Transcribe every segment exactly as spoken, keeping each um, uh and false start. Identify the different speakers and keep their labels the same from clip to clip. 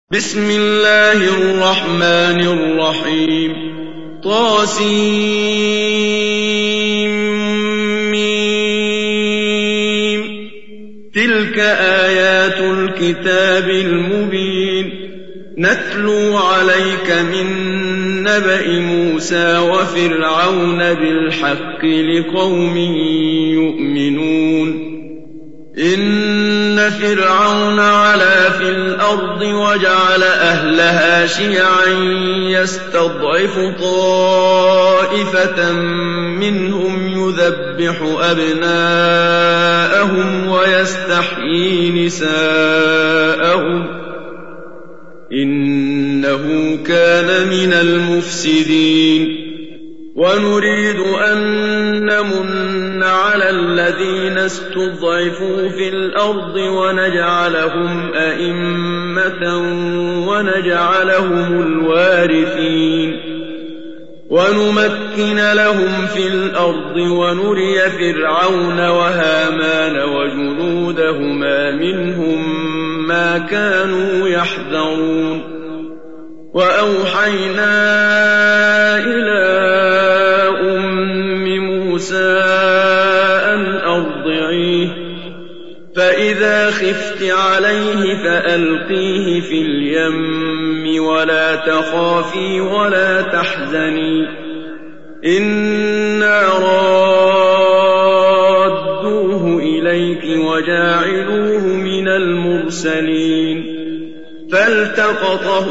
Speaker 1: بسم الله الرحمن الرحيم طاسيم تلك آيات الكتاب المبين نتلو عليك من نبأ موسى وفرعون بالحق لقوم يؤمنون إن فرعون علا في الأرض وجعل أهلها شيعا يستضعف طائفة منهم يذبح أبناءهم ويستحيي نساءهم إنه كان من المفسدين ونريد أن نمن على الذين استضعفوا في الأرض ونجعلهم أئمة ونجعلهم الوارثين ونمكن لهم في الأرض ونري فرعون وهامان وجنودهما منهم ما كانوا يحذرون وأوحينا إلى أم موسى أن أرضعيه فإذا خفت عليه فألقيه في اليم ولا تخافي ولا تحزني إنا رادوه إليك وجاعلوه من المرسلين فالتقطه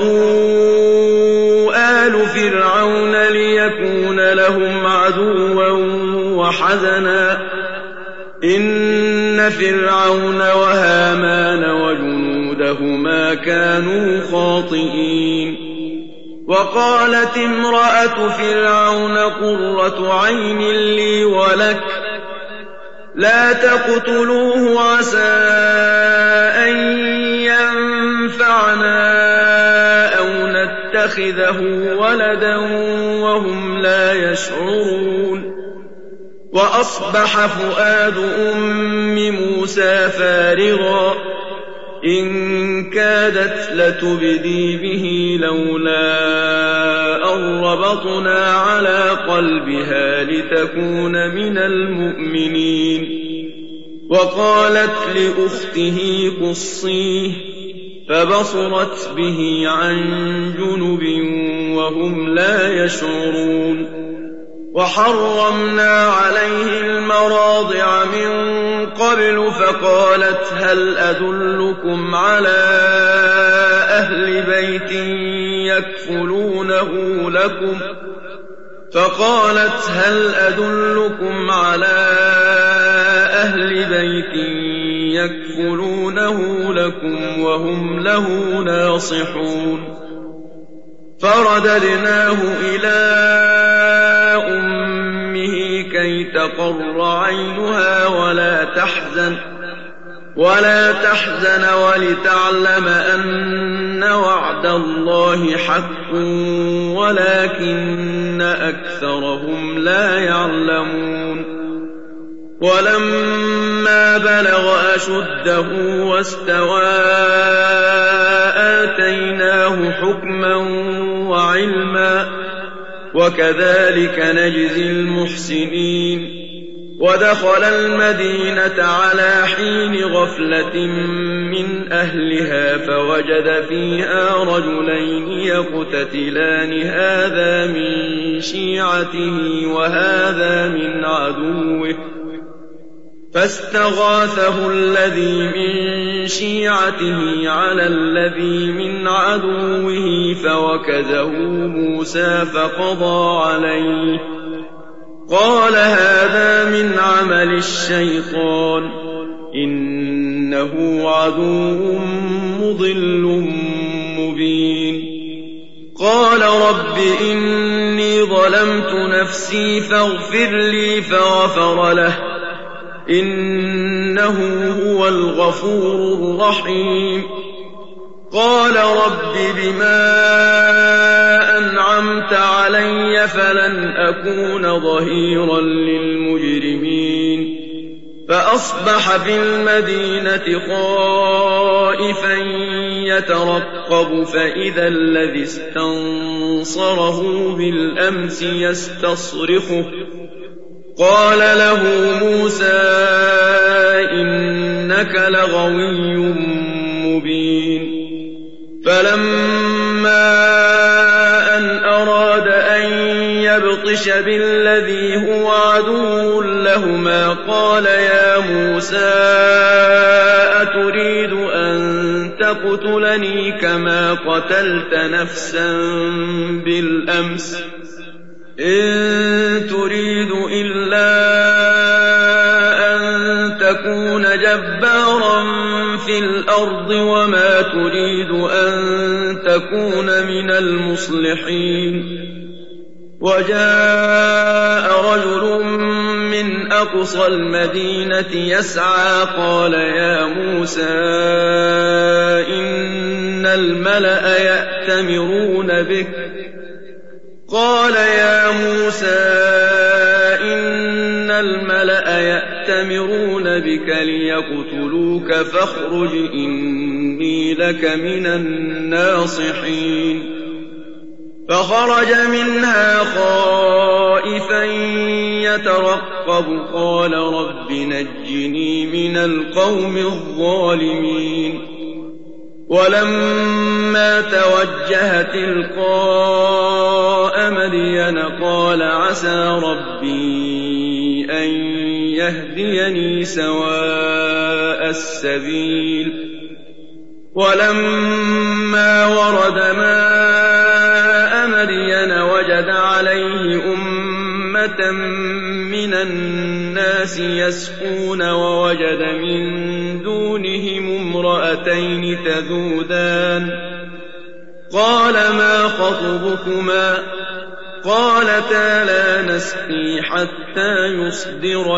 Speaker 1: آل فرعون ليكون لهم عدوا وحزنا إن فرعون وهامان وجنودهما كانوا خاطئين وقالت امرأة فرعون قرة عين لي ولك لا تقتلوه عسى أن ينفعنا أو نتخذه ولدا وهم لا يشعرون وأصبح فؤاد أم موسى فارغا إن كادت لتبدي به لولا أن ربطنا على قلبها لتكون من المؤمنين وقالت لأخته قصيه فبصرت به عن جنب وهم لا يشعرون وحرمنا عليه المراضع من قبل فقالت هل أدلكم على أهل بيت يكفلونه لكم فقالت هل أدلكم على أهل بيت يكفلونه لكم وهم له ناصحون فرددناه إلى أمه كي تقر عينها ولا تحزن ولا تحزن ولتعلم أن وعد الله حق ولكن أكثرهم لا يعلمون ولما بلغ أشده واستوى آتيناه حكما وعلما وكذلك نجزي المحسنين ودخل المدينة على حين غفلة من أهلها فوجد فيها رجلين يقتتلان هذا من شيعته وهذا من عدوه فاستغاثه الذي من شيعته على الذي من عدوه فوكزه موسى فقضى عليه قال هذا من عمل الشيطان إنه عدو مضل مبين قال رب إني ظلمت نفسي فاغفر لي فغفر له إنه هو الغفور الرحيم قال رب بما أنعمت علي فلن أكون ظهيرا للمجرمين فأصبح في المدينة خائفا يترقب فإذا الذي استنصره بالأمس يستصرخه قال له موسى إنك لغوي مبين فلما أن أراد أن يبطش بالذي هو عدو لهما قال يا موسى أتريد أن تقتلني كما قتلت نفسا بالأمس إن تريد إلا أن تكون جبارا في الأرض وما تريد أن تكون من المصلحين وجاء رجل من أقصى المدينة يسعى قال يا موسى إن الملأ يأتمرون بك قال يا موسى إن الملأ يأتمرون بك ليقتلوك فاخرج إني لك من الناصحين فخرج منها خائفا يترقب قال رب نجني من القوم الظالمين ولما توجه تلقاء مدين قال عسى ربي أن يهديني سواء السبيل ولما ورد ماء مدين وجد عليه أمة من الناس يسقون ووجد من دونهم امرأتين تذودان قال ما خطبكما قالتا لا نسقي حتى يصدر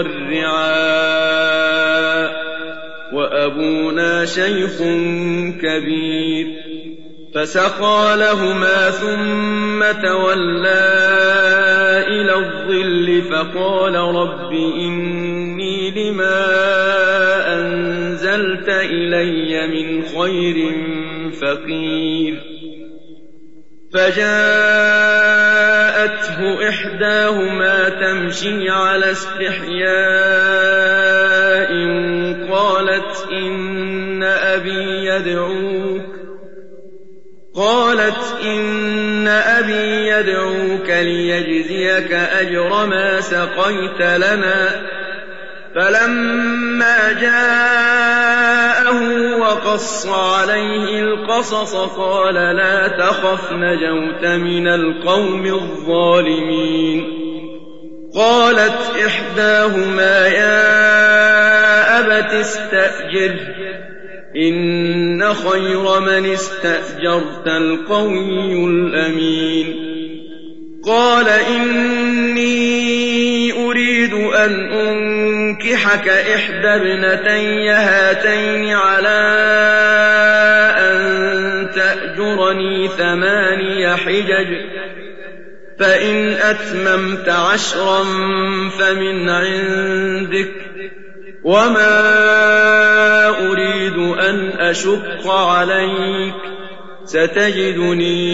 Speaker 1: الرعاء وأبونا شيخ كبير فسقى لهما ثم تولى إلى الظل فقال رب إني لما أنزلت إلي من خير فقير فجاءته إحداهما تمشي على استحياء قالت إن أبي يدعوك قالت إن أبي يدعوك ليجزيك أجر ما سقيت لنا فلما جاءه وقص عليه القصص قال لا تخف نجوت من القوم الظالمين قالت إحداهما يا أبت استأجره إن خير من استأجرت القوي الأمين قال إني أريد أن أنكحك إحدى ابنتي هاتين على أن تأجرني ثماني حجج فإن أتممت عشرا فمن عندك وما أريد أن أشق عليك ستجدني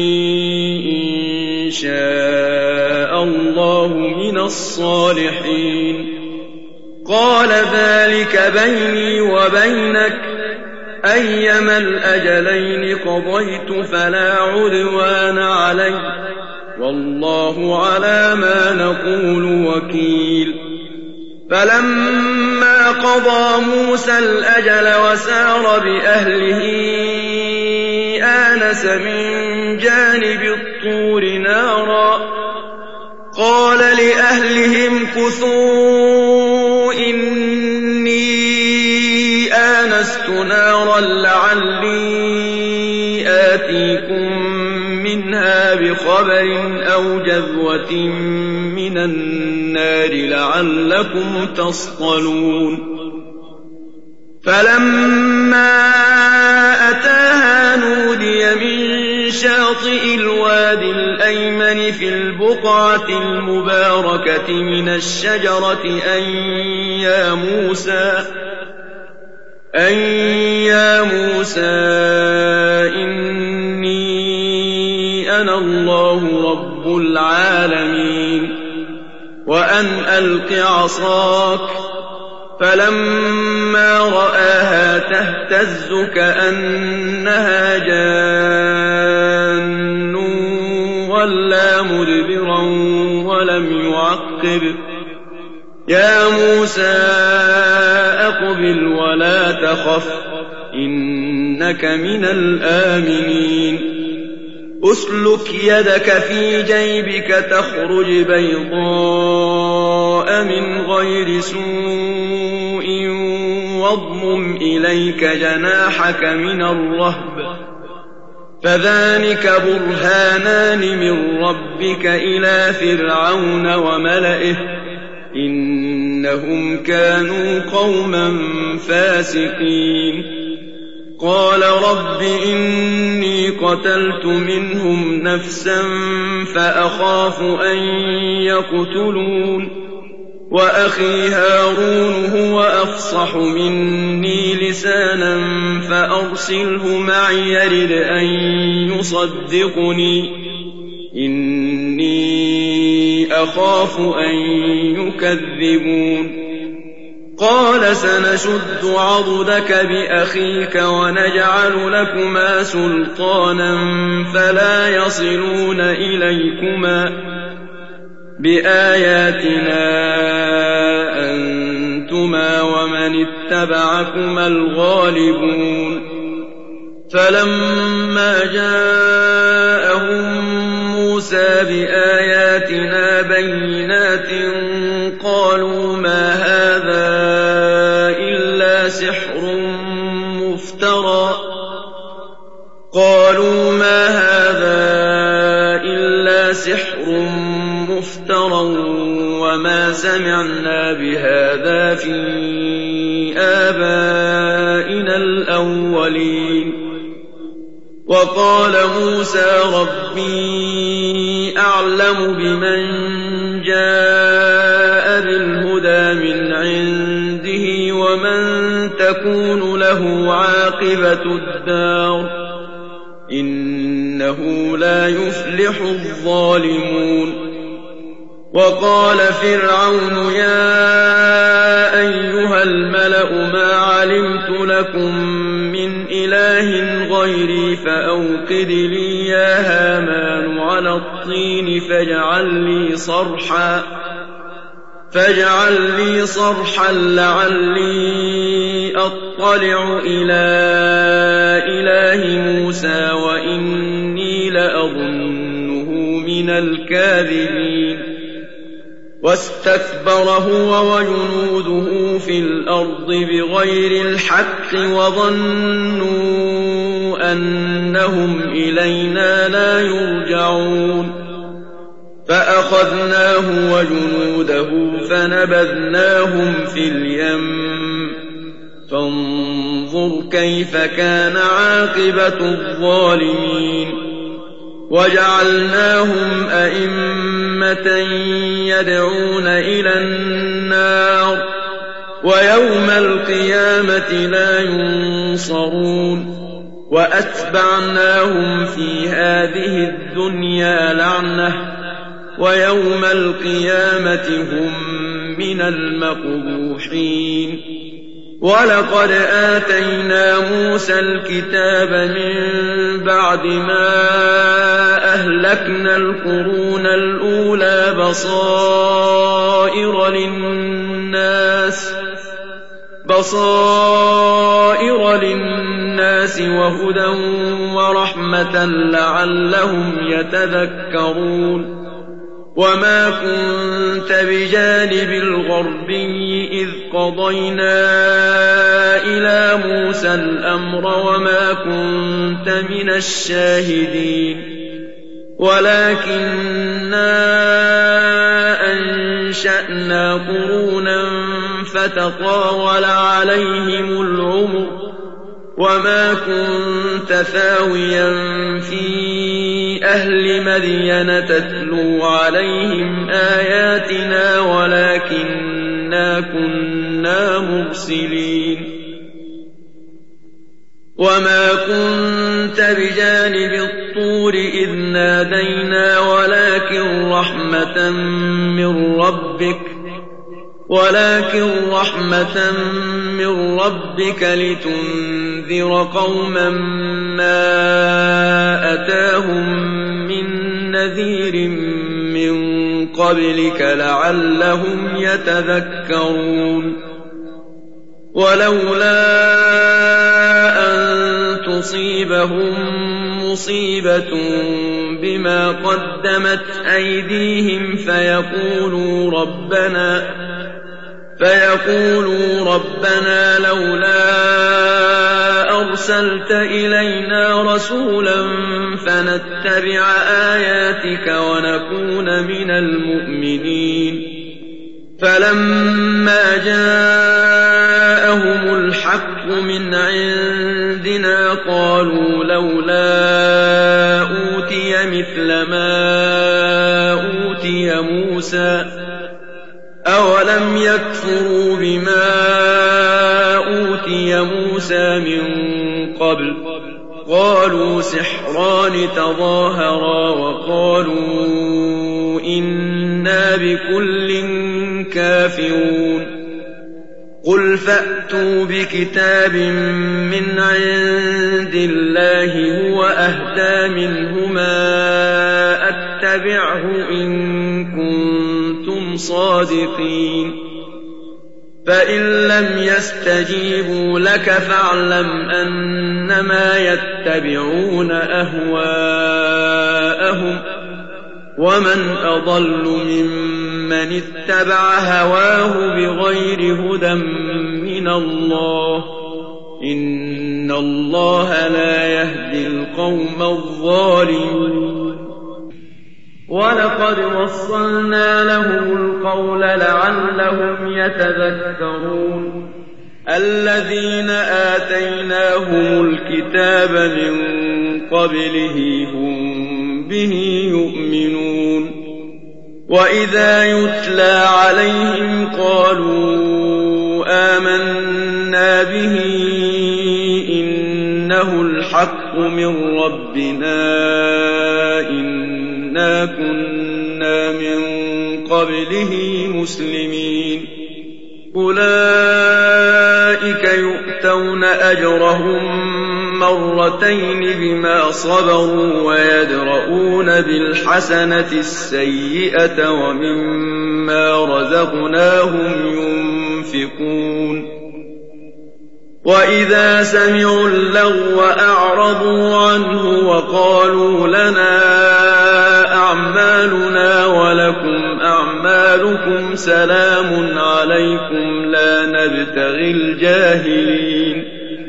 Speaker 1: إن شاء الله من الصالحين قال ذلك بيني وبينك أيما الأجلين قضيت فلا عدوان علي والله على ما نقول وكيل فلما قضى موسى الأجل وسار بأهله آنس من جانب الطور نارا قال لأهلهم كثوا إني آنست نارا لعلي آتيكم منها بخبر أو جذوة من النار لعلكم تصطلون فلما أتاها نودي من شاطئ الوادي الأيمن في البقعة المباركة من الشجرة أن يا موسى أن يا موسى إني أنا الله رب العالمين وأن ألق عصاك فلما رآها تهتز كأنها جان ولا مدبرا ولم يعقب يا موسى أقبل ولا تخف إنك من الآمنين أسلك يدك في جيبك تخرج بيضاء من غير سوء واضمم إليك جناحك من الرهب فذلك برهانان من ربك إلى فرعون وملئه إنهم كانوا قوما فاسقين قال رب إني قتلت منهم نفسا فأخاف أن يقتلون وأخي هارون هو أفصح مني لسانا فأرسله معي يرد أن يصدقني إني أخاف أن يكذبون قال سنشد عضدك بأخيك ونجعل لكما سلطانا فلا يصلون إليكما بآياتنا أنتما ومن اتبعكما الغالبون فلما جاءهم موسى بآياتنا بينات قالوا ما هذا إلا سحر مفترى قالوا ما هذا إلا سحر مفترى وما سمعنا بهذا في آبائنا الأولين وقال موسى ربي أعلم بمن جاء بالهدى من عنده ومن تكون له عاقبة الدار إنه لا يفلح الظالمون وقال فرعون يا أيها الملأ ما علمت لكم من إله غيري فأوقد لي يا هامان على الطين فاجعل لي صرحا فاجعل لي صرحا لعلي أطلع إلى إله موسى وإني لأظنه من الكاذبين واستكبر هو وجنوده في الأرض بغير الحق وظنوا أنهم إلينا لا يرجعون فأخذناه وجنوده فنبذناهم في اليم فانظر كيف كان عاقبة الظالمين وجعلناهم أئمة يدعون إلى النار ويوم القيامة لا ينصرون وأتبعناهم في هذه الدنيا لعنة ويوم القيامة هم من المقبوحين ولقد آتينا موسى الكتاب من بعد ما أهلكنا القرون الأولى بصائر للناس بصائر للناس وهدى ورحمة لعلهم يتذكرون وما كنت بجانب الغربي إذ قضينا إلى موسى الأمر وما كنت من الشاهدين ولكننا أنشأنا قرونا فتطاول عليهم العمر وما كنت ثاويا في أهل مدين تتلو عليهم آياتنا ولكننا كنا مرسلين وما كنت بجانب الطور إذ نادينا ولكن رحمة من ربك ولكن رحمة من ربك لتنذر قوما ما أتاهم من نذير من قبلك لعلهم يتذكرون ولولا أن تصيبهم مصيبة بما قدمت أيديهم فيقولوا ربنا فيقولوا ربنا لولا أرسلت إلينا رسولا فنتبع آياتك ونكون من المؤمنين فلما جاءهم الحق من عندنا قالوا لولا أوتي مثل ما أوتي موسى أولم يكفروا بما أوتي موسى من قبل قالوا سحران تظاهرا وقالوا إنا بكل كافرون قل فأتوا بكتاب من عند الله هو أهدى منهما أتبعه إن كنتم صادقين فإن لم يستجيبوا لك فاعلم أنما يتبعون أهواءهم ومن أضل ممن اتبع هواه بغير هدى من الله إن الله لا يهدي القوم الظالمين ولقد وصلنا لهم القول لعلهم يتذكرون الذين آتيناهم الكتاب من قبله هم به يؤمنون وإذا يتلى عليهم قالوا آمنا به إنه الحق من ربنا إنا كنا من قبله مسلمين أولئك يؤتون أجرهم مرتين بما صبروا ويدرؤون بالحسنة السيئة ومما رزقناهم ينفقون وإذا سمعوا اللغو أعرضوا عنه وقالوا لنا أعمالنا ولكم أعمالكم سلام عليكم لا نبتغي الجاهلين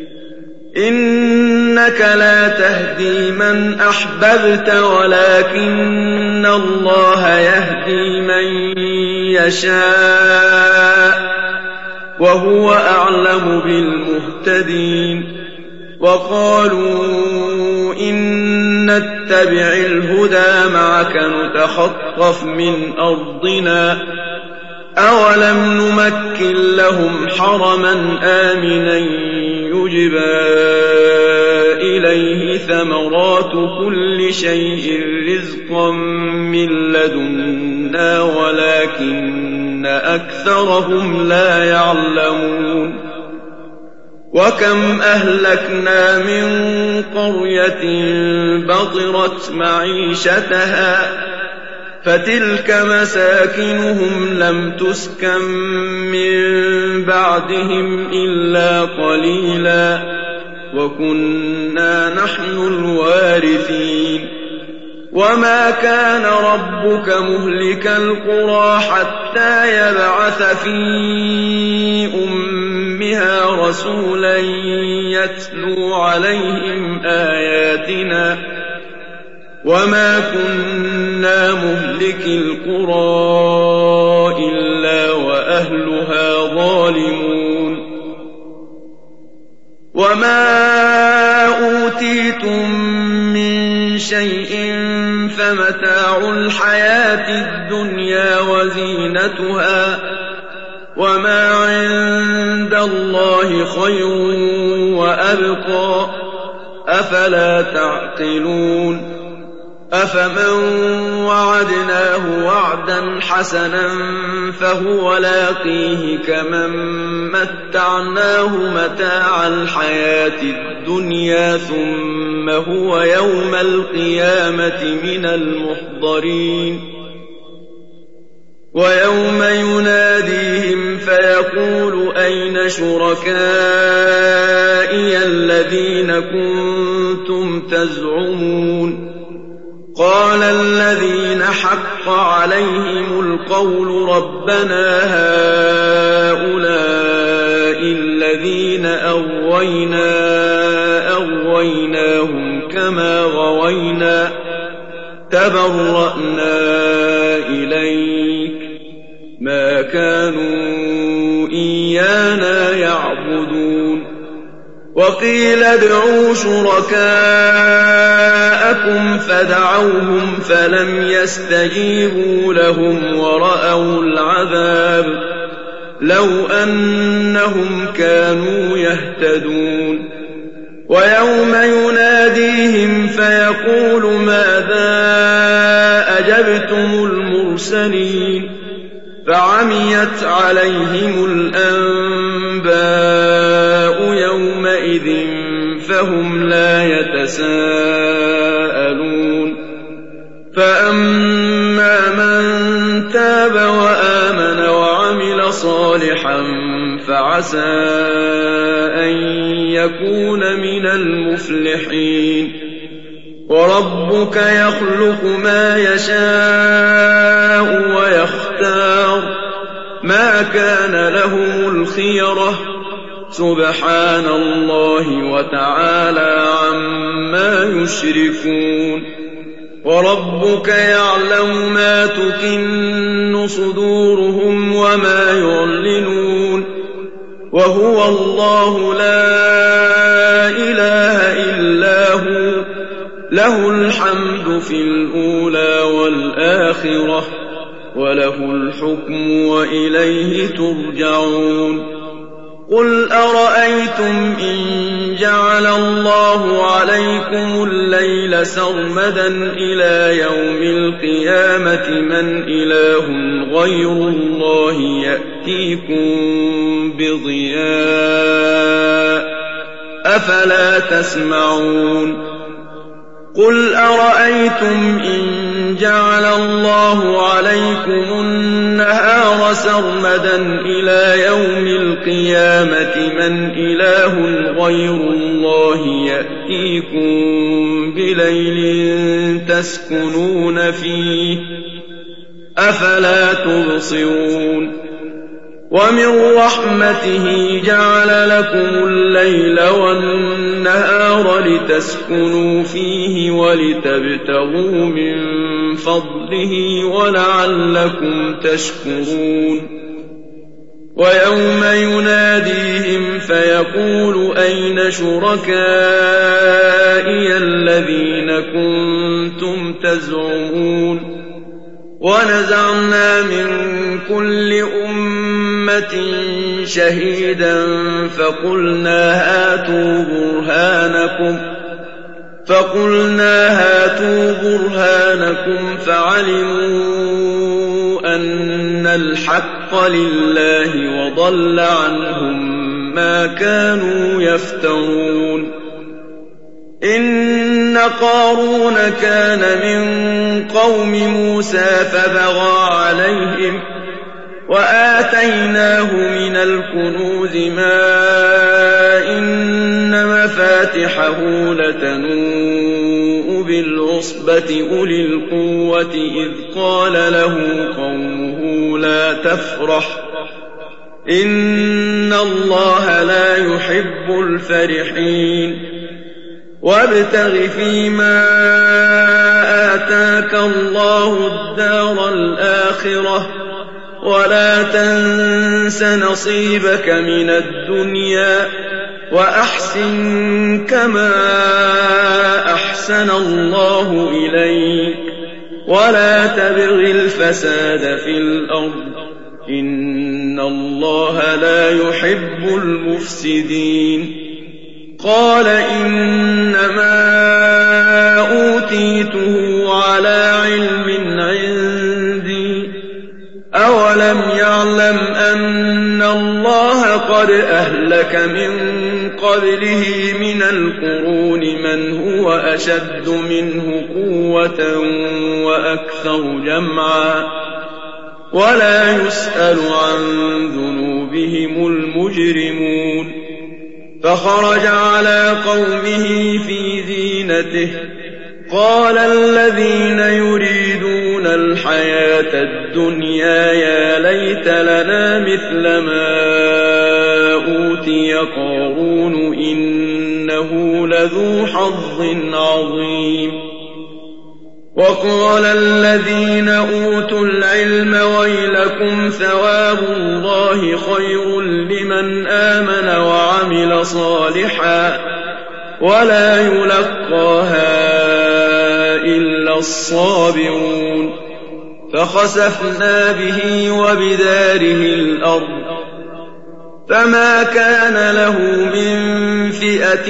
Speaker 1: إنك لا تهدي من أحببت ولكن الله يهدي من يشاء وهو أعلم بالمهتدين وقالوا إن نتبع الهدى معك نتخطف من أرضنا أولم نمكن لهم حرما آمنا يجبى إليه ثمرات كل شيء رزقا من لدنا ولكن أكثرهم لا يعلمون وكم أهلكنا من قرية بطرت معيشتها فتلك مساكنهم لم تسكن من بعدهم إلا قليلا وكنا نحن الوارثين وما كان ربك مهلك القرى حتى يبعث في أمها رسولا يتلو عليهم آياتنا وما كنا مهلك القرى إلا وأهلها ظالمون وما أوتيتم من شيء فمتاع الحياة الدنيا وزينتها وما عند الله خير وأبقى أفلا تعقلون أفمن وعدناه وعدا حسنا فهو لاقيه كمن متعناه متاع الحياة الدنيا ثم هو يوم القيامة من المحضرين ويوم يناديهم فيقول أين شركائي الذين كنتم تزعمون قال الذين حق عليهم القول ربنا هؤلاء الذين أغوينا أغويناهم كما غوينا تبرأنا إليك ما كانوا إيانا يعبدون وقيل ادعوا شركاءكم فدعوهم فلم يستجيبوا لهم ورأوا العذاب لو أنهم كانوا يهتدون ويوم يناديهم فيقول ماذا أجبتم المرسلين فعميت عليهم الأنباء يومئذ فهم لا يتساءلون فأما من تاب وآمن وعمل صالحا فعسى أن يكون من المفلحين وربك يخلق ما يشاء ويختار ما كان لهم الخيرة سبحان الله وتعالى عما يشركون وربك يعلم ما تكن صدورهم وما يعلنون وهو الله لا إله إلا هو له الحمد في الأولى والآخرة وله الحكم وإليه ترجعون قل أرأيتم إن جعل الله عليكم الليل سرمدا إلى يوم القيامة من إله غير الله يأتيكم بضياء أفلا تسمعون قل أرأيتم إن جعل الله عليكم النهار سرمدا إلى يوم القيامة من إله غير الله يأتيكم بليل تسكنون فيه أفلا تبصرون ومن رحمته جعل لكم الليل والنهار لتسكنوا فيه ولتبتغوا من فضله ولعلكم تشكرون ويوم يناديهم فيقول أين شركائي الذين كنتم تزعمون ونزعنا من كل أمة شهيدا فقلنا هاتوا برهانكم فقلنا هاتوا برهانكم فعلموا أن الحق لله وضل عنهم ما كانوا يفترون إن قارون كان من قوم موسى فبغى عليهم وآتيناه من الكنوز ما إن مفاتحه لتنوء بالعصبة أولي القوة إذ قال له قومه لا تفرح إن الله لا يحب الفرحين وابتغ فيما آتاك الله الدار الآخرة ولا تنس نصيبك من الدنيا وأحسن كما أحسن الله إليك ولا تبغ الفساد في الأرض إن الله لا يحب المفسدين قال إنما أوتيته على علم عندي أولم يعلم أن الله قد أهلك من قبله من القرون من هو أشد منه قوة وأكثر جمعا ولا يسأل عن ذنوبهم المجرمون فخرج على قومه في زينته قال الذين يريدون الحياة الدنيا يا ليت لنا مثل ما أوتي قارون إنه لذو حظ عظيم وقال الذين أوتوا العلم ويلكم ثواب الله خير لمن آمن وعمل صالحا ولا يلقاها إلا الصابرون فخسفنا به وبداره الأرض فما كان له من فئة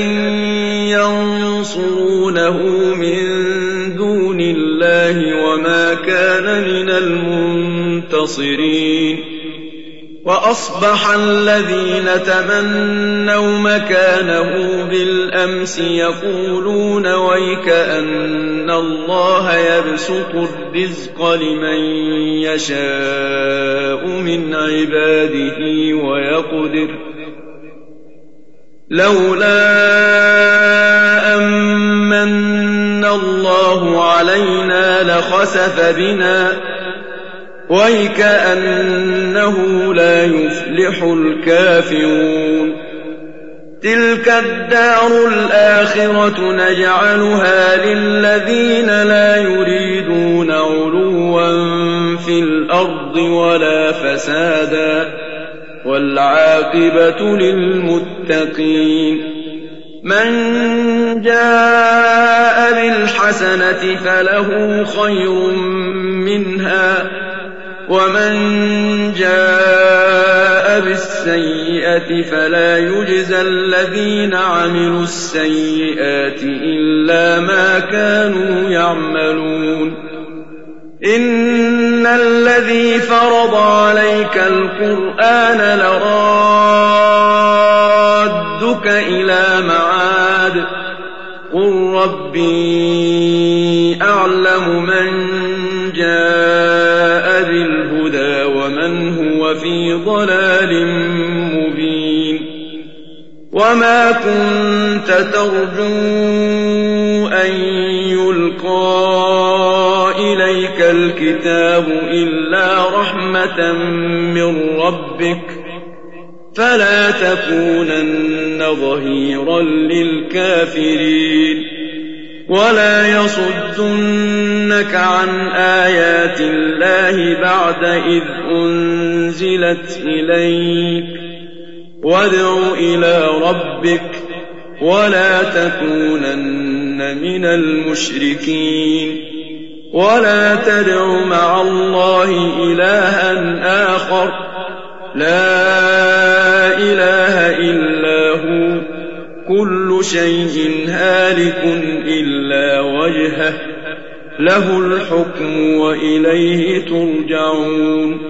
Speaker 1: ينصرونه من دون الله وما كان من المنتصرين وأصبح الذين تمنوا مكانه بالأمس يقولون ويك أن الله يبسط الرزق لمن يشاء من عباده ويقدر لولا أمن الله علينا لخسف بنا ويكأنه لا يفلح الكافرون تلك الدار الآخرة نجعلها للذين لا يريدون علوا في الأرض ولا فسادا والعاقبة للمتقين من جاء بالحسنة فله خير منها ومن جاء بالسيئة فلا يجزى الذين عملوا السيئات إلا ما كانوا يعملون إن الذي فرض عليك القرآن لرادك إلى معاد قل ربي أعلم من جاء بالهدى ومن هو في ضلال مبين وما كنت ترجو أن يلقى إليك الكتاب إلا رحمة من ربك فلا تكونن ظهيرا للكافرين ولا يصدنك عن آيات الله بعد إذ أنزلت إليك وادع إلى ربك ولا تكونن من المشركين ولا تدع مع الله إلها آخر لا إله إلا هو كل شيء هالك إلا وجهه له الحكم وإليه ترجعون